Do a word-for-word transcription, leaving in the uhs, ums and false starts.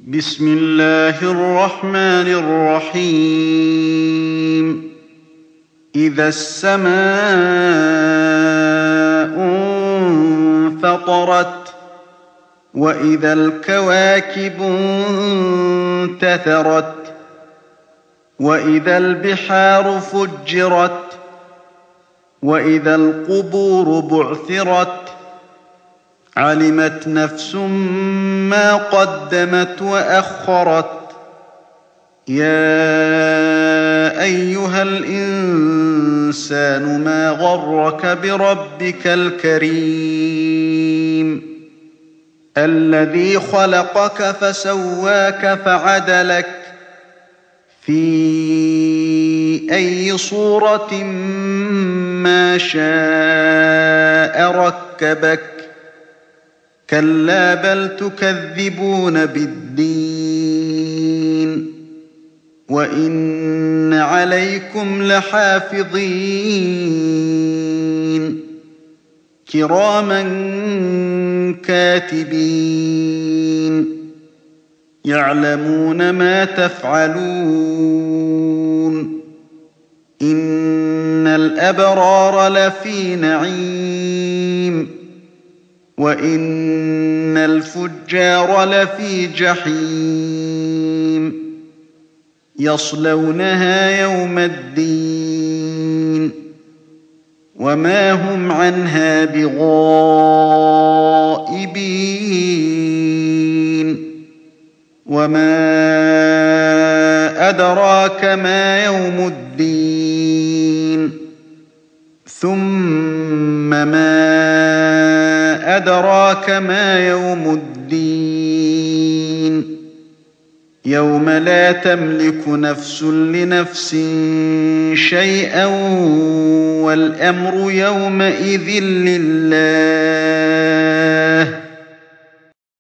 بسم الله الرحمن الرحيم إذا السماء انفطرت وإذا الكواكب انتثرت وإذا البحار فجرت وإذا القبور بعثرت علمت نفس ما قدمت وأخرت يا أيها الإنسان ما غرك بربك الكريم الذي خلقك فسواك فعدلك في أي صورة ما شاء ركبك كلا بل تكذبون بالدين وإن عليكم لحافظين كراما كاتبين يعلمون ما تفعلون إن الأبرار لفي نعيم وإن الفجار لفي جحيم يصلونها يوم الدين وما هم عنها بغائبين وما أدراك ما يوم الدين ثم ما أدراك ما يوم الدين يوم لا تملك نفس لنفس شيئا والأمر يومئذ لله